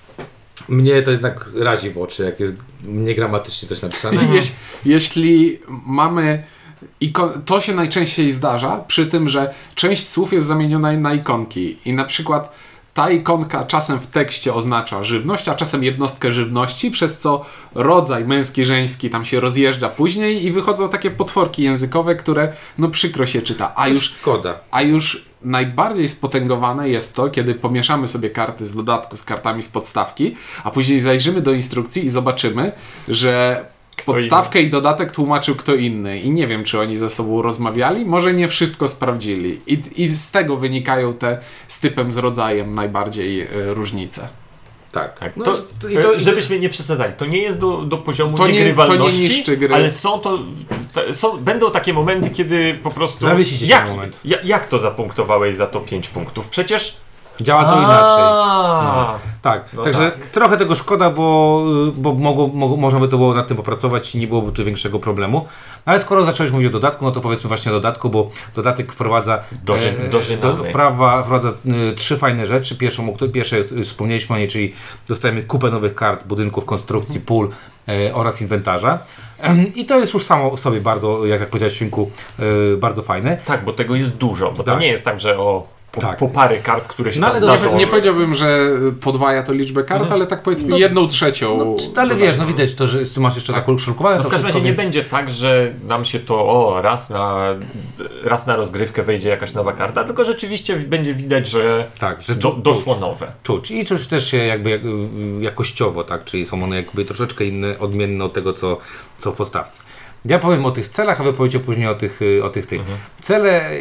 mnie to jednak razi w oczy, jak jest niegramatycznie coś napisane. Jeś, jeśli mamy... Iko- to się najczęściej zdarza przy tym, że część słów jest zamieniona na ikonki i na przykład ta ikonka czasem w tekście oznacza żywność, a czasem jednostkę żywności, przez co rodzaj męski, żeński tam się rozjeżdża później i wychodzą takie potworki językowe, które no przykro się czyta. A już, Szkoda. A już najbardziej spotęgowane jest to, kiedy pomieszamy sobie karty z dodatku z kartami z podstawki, a później zajrzymy do instrukcji i zobaczymy, że podstawkę i dodatek tłumaczył kto inny i nie wiem, czy oni ze sobą rozmawiali, może nie wszystko sprawdzili i, i z tego wynikają te z typem, z rodzajem najbardziej y, różnice. Tak, tak. No, to, to, i to, żebyśmy nie przesadzali, to nie jest do, do poziomu to nie, niegrywalności, to nie niszczy gry. ale są to, to są, będą takie momenty, kiedy po prostu... Zawiesicie się jak, na moment. Jak, jak to zapunktowałeś za to pięć punktów? Przecież działa to inaczej. No. Tak, no także tak. Trochę tego szkoda, bo, bo mogło, mogło, można by to było nad tym popracować i nie byłoby tu większego problemu. Ale skoro zacząłeś mówić o dodatku, no to powiedzmy właśnie o dodatku, bo dodatek wprowadza Doży, e, do, wprawa, wprowadza e, trzy fajne rzeczy. Pierwszą, pierwsze wspomnieliśmy o niej, czyli dostajemy kupę nowych kart, budynków, konstrukcji, pól, e, oraz inwentarza. I to jest już samo sobie bardzo, jak, jak powiedziałeś, Świnku, yy, bardzo fajne. Tak, bo tego jest dużo, bo tak. to nie jest tak, że o po, tak. po parę kart, które się no, tam ale zdarzą. Nie powiedziałbym, że podwaja to liczbę kart, mhm. ale tak powiedzmy no, jedną trzecią. No, ale wiesz, no widać to, że masz jeszcze tak. zakulszurkowane no, to w każdym razie wszystko, nie więc... będzie tak, że nam się to o, raz na raz na rozgrywkę wejdzie jakaś nowa karta, tylko rzeczywiście będzie widać, że, tak, że do, czuć, doszło nowe. Czuć. I czuć też się jakby jak, jakościowo, tak, czyli są one jakby troszeczkę inne, odmienne od tego, co, co w podstawce. Ja powiem o tych celach, a wy powiecie później o tych, o tych, tych. Mhm. Cele,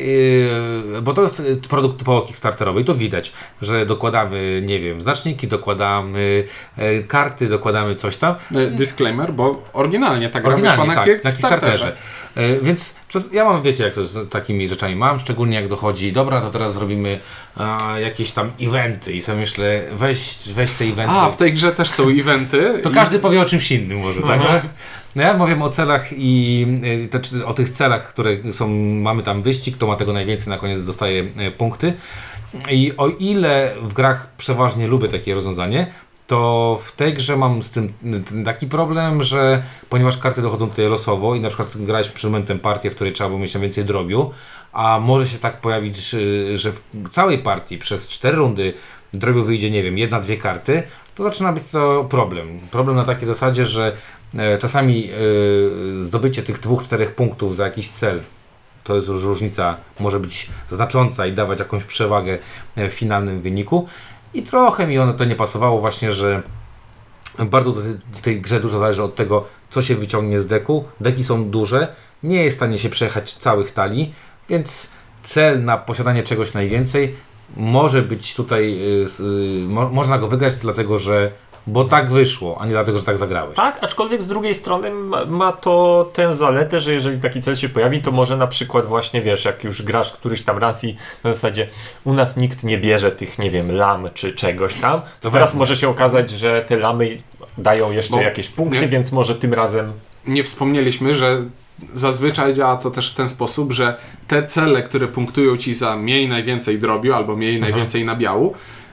yy, bo to jest produkt typowo kickstarterowy i to widać, że dokładamy, nie wiem, znaczniki, dokładamy yy, karty, dokładamy coś tam. Disclaimer, bo oryginalnie ta gra oryginalnie, wyszła na, tak, na Kickstarterze. Yy, więc czas, ja mam, wiecie, jak to z takimi rzeczami mam, szczególnie jak dochodzi, dobra, to teraz zrobimy yy, jakieś tam eventy i sobie myślę, weź, weź te eventy. A, w tej grze też są eventy. To i... każdy powie o czymś innym może, tak? Mhm. No ja mówię o celach i te, o tych celach, które są, mamy tam wyścig, kto ma tego najwięcej, na koniec dostaje punkty. I o ile w grach przeważnie lubię takie rozwiązanie, to w tej grze mam z tym taki problem, że ponieważ karty dochodzą tutaj losowo i na przykład grałeś przed momentem partię, w której trzeba było mieć najwięcej drobiu, a może się tak pojawić, że w całej partii przez cztery rundy drobiu wyjdzie, nie wiem, jedna, dwie karty, to zaczyna być to problem. Problem na takiej zasadzie, że e, czasami e, zdobycie tych dwóch, czterech punktów za jakiś cel, to jest już różnica, może być znacząca i dawać jakąś przewagę w finalnym wyniku. I trochę mi ono to nie pasowało właśnie, że bardzo w tej grze dużo zależy od tego, co się wyciągnie z deku. Deki są duże, nie jest w stanie się przejechać całych talii, więc cel na posiadanie czegoś najwięcej może być tutaj, yy, mo, można go wygrać dlatego, że bo tak wyszło, a nie dlatego, że tak zagrałeś. Tak, aczkolwiek z drugiej strony ma, ma to tę zaletę, że jeżeli taki cel się pojawi, to może na przykład właśnie, wiesz, jak już grasz któryś tam raz i na zasadzie u nas nikt nie bierze tych, nie wiem, lam czy czegoś tam, to, to teraz może się okazać, że te lamy dają jeszcze bo jakieś punkty, nie, więc może tym razem... Nie wspomnieliśmy, że zazwyczaj działa to też w ten sposób, że te cele, które punktują ci za miej najwięcej drobiu albo miej mhm. najwięcej nabiału,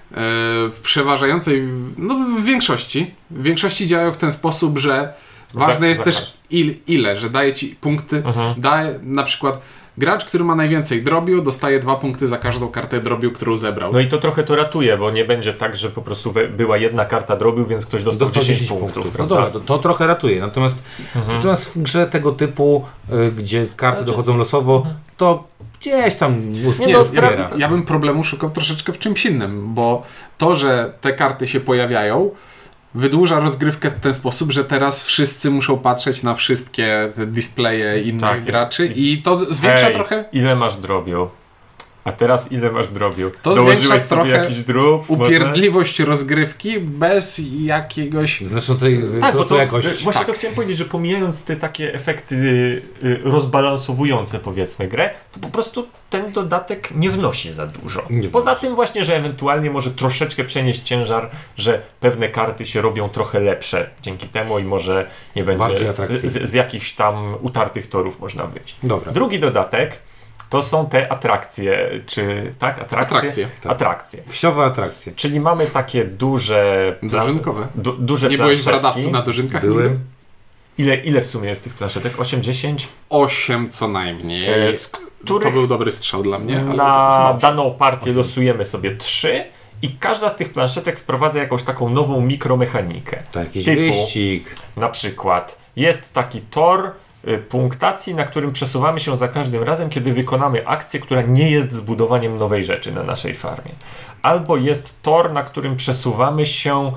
w przeważającej, no w większości, w większości działają w ten sposób, że ważne za, jest za też il, ile, że daje ci punkty, mhm. daje na przykład gracz, który ma najwięcej drobiu, dostaje dwa punkty za każdą kartę drobiu, którą zebrał. No i to trochę to ratuje, bo nie będzie tak, że po prostu we, była jedna karta drobiu, więc ktoś dostał, dostał dziesięć punktów. punktów no dobra, to, to trochę ratuje, natomiast, mhm. natomiast w grze tego typu, y, gdzie karty znaczy, dochodzą losowo, mhm. to gdzieś tam nie, no, ja, ja bym problemu szukał troszeczkę w czymś innym, bo to, że te karty się pojawiają, wydłuża rozgrywkę w ten sposób, że teraz wszyscy muszą patrzeć na wszystkie te displaye innych tak, graczy i, i to zwiększa hej, trochę... ile masz drobiu? A teraz ile masz drobiu? To zwiększa trochę jakiś drób, upierdliwość może? rozgrywki bez jakiegoś... Znaczącej tak, bo to, jakość. Właśnie tak. to chciałem powiedzieć, że pomijając te takie efekty y, y, rozbalansowujące powiedzmy grę, to po prostu ten dodatek nie wnosi za dużo. Nie Poza wnosi. tym właśnie, że ewentualnie może troszeczkę przenieść ciężar, że pewne karty się robią trochę lepsze dzięki temu i może nie będzie z, z jakichś tam utartych torów można wyjść. Dobra. Drugi dodatek to są te atrakcje, czy tak? Atrakcje? Atrakcje. Tak. Atrakcje. Wsiowe atrakcje. Czyli mamy takie duże... Dożynkowe. Du, duże Nie byłeś w Radawcu na dożynkach? Byłem. Ile, ile w sumie jest tych planszetek? osiem, dziesięć? osiem co najmniej. Z których to był dobry strzał dla mnie. Ale na daną partię osiem. Losujemy sobie trzy i każda z tych planszetek wprowadza jakąś taką nową mikromechanikę. Tak, jakiś typu, wyścig. Na przykład jest taki tor punktacji, na którym przesuwamy się za każdym razem, kiedy wykonamy akcję, która nie jest zbudowaniem nowej rzeczy na naszej farmie. Albo jest tor, na którym przesuwamy się,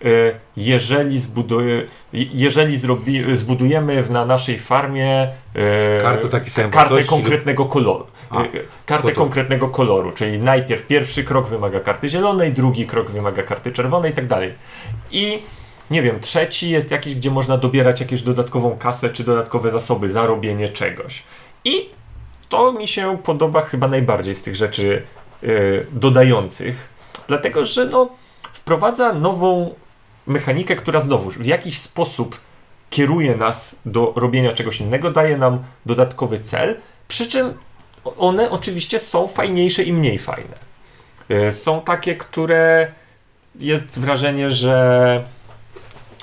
jeżeli, zbuduje, jeżeli zrobi, zbudujemy na naszej farmie kartę, taki sam kartę wartości, konkretnego koloru. A, kartę to to. konkretnego koloru, czyli najpierw pierwszy krok wymaga karty zielonej, drugi krok wymaga karty czerwonej i tak dalej. I nie wiem, trzeci jest jakiś, gdzie można dobierać jakąś dodatkową kasę czy dodatkowe zasoby za robienie czegoś. I to mi się podoba chyba najbardziej z tych rzeczy yy, dodających, dlatego że no, wprowadza nową mechanikę, która znowu w jakiś sposób kieruje nas do robienia czegoś innego, daje nam dodatkowy cel, przy czym one oczywiście są fajniejsze i mniej fajne. Yy, są takie, które jest wrażenie, że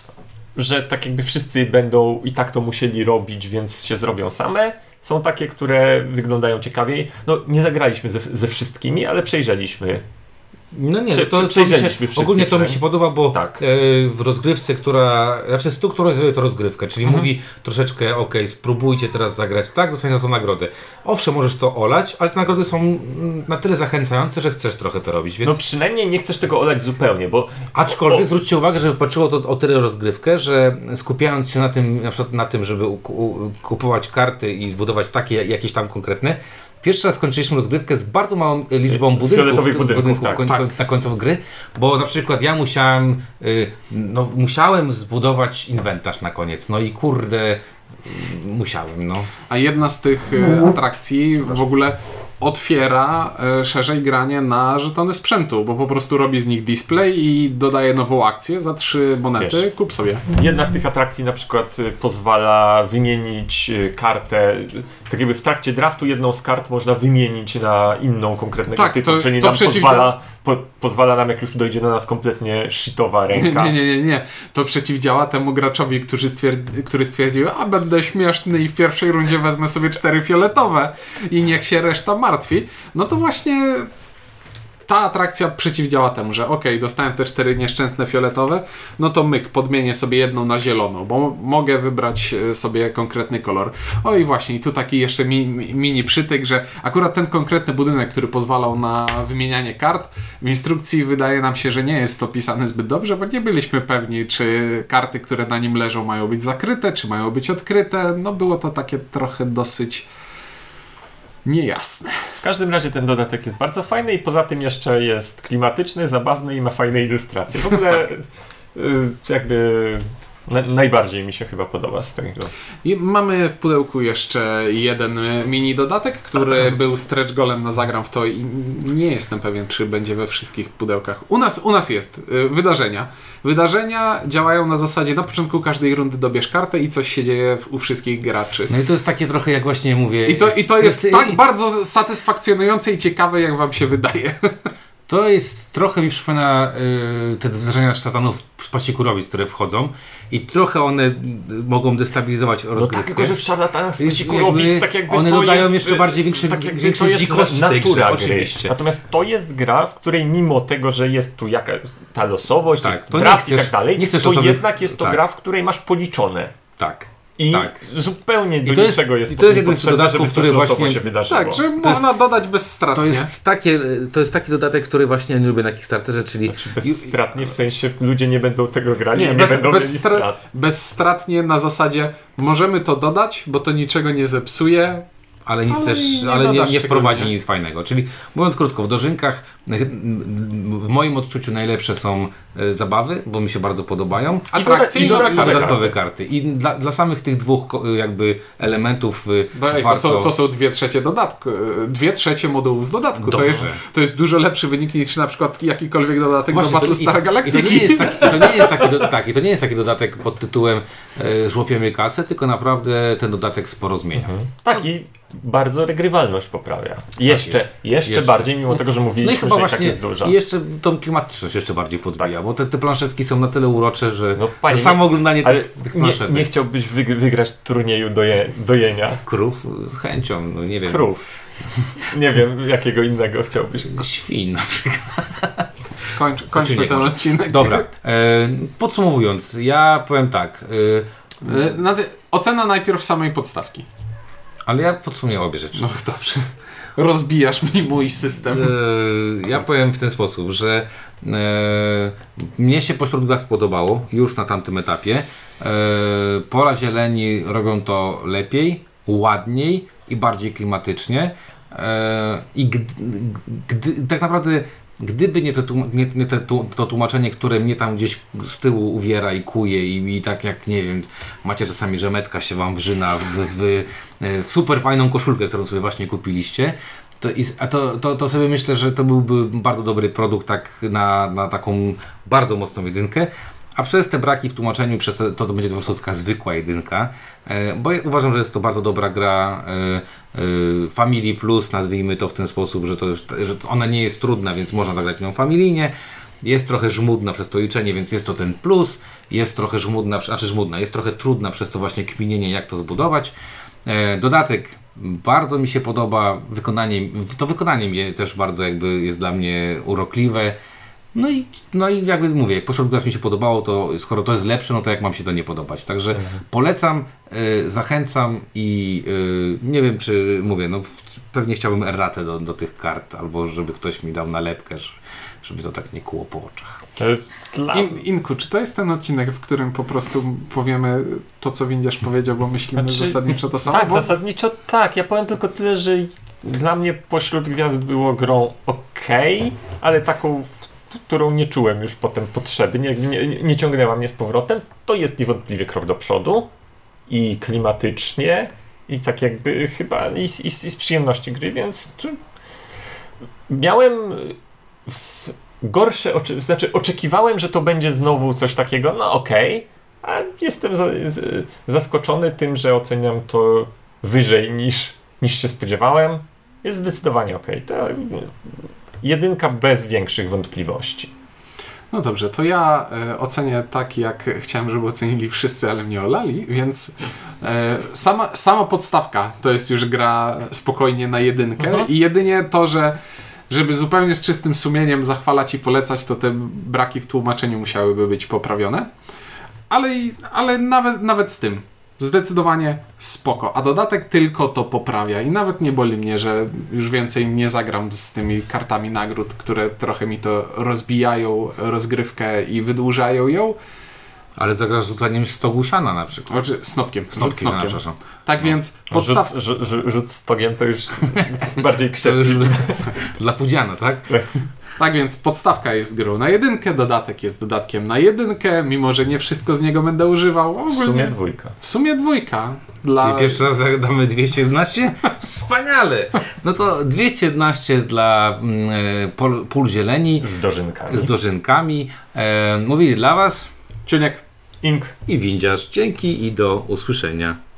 że tak jakby wszyscy będą i tak to musieli robić, więc się zrobią same. Są takie, które wyglądają ciekawiej. No nie zagraliśmy ze, ze wszystkimi, ale przejrzeliśmy. No nie, Prze, to, to przejrzeliśmy się, ogólnie to mi się podoba, bo tak. e, w rozgrywce, która, znaczy stu, która zrobiła to rozgrywkę, czyli mhm. mówi troszeczkę, ok, spróbujcie teraz zagrać tak, dostaniesz za to nagrodę. Owszem, możesz to olać, ale te nagrody są na tyle zachęcające, że chcesz trochę to robić. Więc... No przynajmniej nie chcesz tego olać zupełnie, bo... Aczkolwiek o... zwróćcie uwagę, że wypaczyło to o tyle rozgrywkę, że skupiając się na tym, na przykład na tym, żeby kupować karty i budować takie jakieś tam konkretne, pierwszy raz skończyliśmy rozgrywkę z bardzo małą liczbą budynków, fioletowych budynków, budynków tak, koń, tak. na końcu gry, bo na przykład ja musiałem, no, musiałem zbudować inwentarz na koniec, no i kurde, musiałem, no. A jedna z tych atrakcji w ogóle otwiera e, szerzej granie na żetony sprzętu, bo po prostu robi z nich display i dodaje nową akcję za trzy monety, Wiesz, kup sobie. Jedna z tych atrakcji na przykład y, pozwala wymienić y, kartę, y, tak jakby w trakcie draftu jedną z kart można wymienić na inną konkretnego tak, typu, to, czyli to nam przeciwdzia... pozwala, po, pozwala nam, jak już dojdzie do nas kompletnie shitowa ręka. Nie, nie, nie, nie. To przeciwdziała temu graczowi, który, stwierdzi, który stwierdził, a będę śmieszny i w pierwszej rundzie wezmę sobie cztery fioletowe i niech się reszta martwi. No to właśnie ta atrakcja przeciwdziała temu, że okej, okay, dostałem te cztery nieszczęsne fioletowe, no to myk, podmienię sobie jedną na zieloną, bo mogę wybrać sobie konkretny kolor. O i właśnie, i tu taki jeszcze mi, mini przytyk, że akurat ten konkretny budynek, który pozwalał na wymienianie kart, w instrukcji wydaje nam się, że nie jest opisany zbyt dobrze, bo nie byliśmy pewni, czy karty, które na nim leżą, mają być zakryte, czy mają być odkryte. No było to takie trochę dosyć niejasne. W każdym razie ten dodatek jest bardzo fajny i poza tym jeszcze jest klimatyczny, zabawny i ma fajne ilustracje. W ogóle tak. y, jakby na, najbardziej mi się chyba podoba z tego. I mamy w pudełku jeszcze jeden mini dodatek, który Aha. był stretch golem na Zagram w to i nie jestem pewien, czy będzie we wszystkich pudełkach. U nas, u nas jest y, wydarzenia. Wydarzenia działają na zasadzie na początku każdej rundy dobierz kartę i coś się dzieje u wszystkich graczy. No i to jest takie trochę, jak właśnie mówię... I to, i to jest, jest tak i... bardzo satysfakcjonujące i ciekawe, jak wam się wydaje. To jest, trochę mi przypomina y, te wydarzenia sztatanów z Pasikurowic, które wchodzą i trochę one y, mogą destabilizować rozgrywkę. No tak, tylko że w szarlatanach z Pasikurowic tak jakby one to dodają jest, jeszcze bardziej większe, tak jakby większej to jest dzikości natura tej grze, gry. oczywiście. Natomiast to jest gra, w której mimo tego, że jest tu jakaś ta losowość, tak, jest to draft chcesz, i tak dalej, to osoby... jednak jest to tak. gra, w której masz policzone. Tak. I tak. zupełnie do I to jest, niczego jest, i to jest jeden z potrzebne, dodatków, żeby który właśnie właśnie się wydarzyło. Tak, że to można jest, dodać bezstratnie. To jest, takie, to jest taki dodatek, który właśnie ja nie lubię na Kickstarterze, czyli... Znaczy bezstratnie, w sensie ludzie nie będą tego grali, nie, nie bez, będą bez mieli stra- strat. Bezstratnie na zasadzie możemy to dodać, bo to niczego nie zepsuje, ale nic ale też, nie, ale nie, nie wprowadzi nie? nic fajnego. Czyli mówiąc krótko, w dożynkach w moim odczuciu najlepsze są e, zabawy, bo mi się bardzo podobają. Atrakcje i, i, do, dodatkowe, i dodatkowe karty. I dla, dla samych tych dwóch jakby elementów no, ej, warto... to, są, to są dwie trzecie dodatku, dwie trzecie modułów z dodatku. To jest, to jest dużo lepszy wynik niż na przykład jakikolwiek dodatek Właśnie, do Battlestar Galactica. I to nie jest taki, to nie jest taki, do, tak, i to nie jest taki dodatek pod tytułem e, żłopiemy kasę, tylko naprawdę ten dodatek sporo zmienia. Mhm. Tak i bardzo regrywalność poprawia. Jeszcze, tak jeszcze, jeszcze bardziej, mimo tego, że mówiliśmy, no że i tak jest duża. I jeszcze tą klimatyczność jeszcze bardziej podbija, tak. bo te, te planszetki są na tyle urocze, że no, panie, samo oglądanie ale tych, tych planszetek. Nie, nie chciałbyś wyg- wygrać turnieju doje, dojenia? Krów? Z chęcią, no nie wiem. Krów. Nie wiem, jakiego innego chciałbyś. Świn na przykład. Kończ, kończmy ten może. odcinek. Dobra, e, podsumowując, ja powiem tak. E, e, ocena najpierw samej podstawki. Ale ja podsumuję obie rzeczy. No dobrze. Rozbijasz mi mój system. E, ja powiem w ten sposób, że e, mnie się pośród gwiazd podobało już na tamtym etapie. E, Pola Zieleni robią to lepiej, ładniej i bardziej klimatycznie. E, I gdy, gdy, tak naprawdę gdyby nie, to, nie, nie te, to tłumaczenie, które mnie tam gdzieś z tyłu uwiera i kuje i, i tak jak, nie wiem, macie czasami, że metka się wam wrzyna w, w, w super fajną koszulkę, którą sobie właśnie kupiliście, to, a to, to, to sobie myślę, że to byłby bardzo dobry produkt tak na, na taką bardzo mocną jedynkę. A przez te braki w tłumaczeniu, przez to, to będzie to po prostu taka zwykła jedynka, e, bo ja uważam, że jest to bardzo dobra gra e, e, Family Plus, nazwijmy to w ten sposób, że, to, że ona nie jest trudna, więc można zagrać nią familijnie. jest trochę żmudna przez to liczenie, więc jest to ten plus, jest trochę żmudna, znaczy żmudna, jest trochę trudna przez to właśnie kminienie, jak to zbudować. E, dodatek bardzo mi się podoba, wykonanie, to wykonanie mnie też bardzo jakby jest dla mnie urokliwe. No i, no i jakby mówię, jak pośrodku raz mi się podobało, to skoro to jest lepsze, no to jak mam się to nie podobać. Także mhm. polecam, y, zachęcam i y, nie wiem, czy mówię, no w, pewnie chciałbym erratę do, do tych kart, albo żeby ktoś mi dał nalepkę, żeby to tak nie kłuło po oczach. Dla... In, Inku, czy to jest ten odcinek, w którym po prostu powiemy to, co Windiarz powiedział, bo myślimy znaczy, zasadniczo to samo? Tak, bo... zasadniczo tak. Ja powiem tylko tyle, że dla mnie Pośród Gwiazd było grą okej, okay, ale taką, którą nie czułem już potem potrzeby, nie, nie, nie ciągnęła mnie z powrotem. To jest niewątpliwie krok do przodu i klimatycznie i tak jakby chyba i, i, i z przyjemności gry, więc miałem gorsze, oczy, znaczy oczekiwałem, że to będzie znowu coś takiego, no okej, okay, a jestem za, z, zaskoczony tym, że oceniam to wyżej niż, niż się spodziewałem. Jest zdecydowanie okej. Okay. Jedynka bez większych wątpliwości. No dobrze, to ja e, ocenię tak, jak chciałem, żeby ocenili wszyscy, ale mnie olali, więc e, sama, sama podstawka to jest już gra spokojnie na jedynkę mhm. i jedynie to, że żeby zupełnie z czystym sumieniem zachwalać i polecać, to te braki w tłumaczeniu musiałyby być poprawione. Ale, ale nawet, nawet z tym zdecydowanie spoko. A dodatek tylko to poprawia i nawet nie boli mnie, że już więcej nie zagram z tymi kartami nagród, które trochę mi to rozbijają rozgrywkę i wydłużają ją. Ale zagrasz rzucaniem stoguszana na przykład. Znaczy, snopkiem. Snopkiem, snopkiem. No, przepraszam. Tak no. więc podstaw... Rzut, rzut, rzut, rzut stogiem to już bardziej krzepki. Dla pudziana, tak? Tak więc podstawka jest grą na jedynkę, dodatek jest dodatkiem na jedynkę, mimo że nie wszystko z niego będę używał. Ogólnie, w sumie dwójka. W sumie dwójka. Dla... Czyli pierwszy raz damy dwieście jedenaście? Wspaniale! No to dwieście jedenaście dla mm, pól, pól zieleni. Z dożynkami. Z dożynkami. E, mówili dla Was Ciuniek, Ink i Windiarz. Dzięki i do usłyszenia.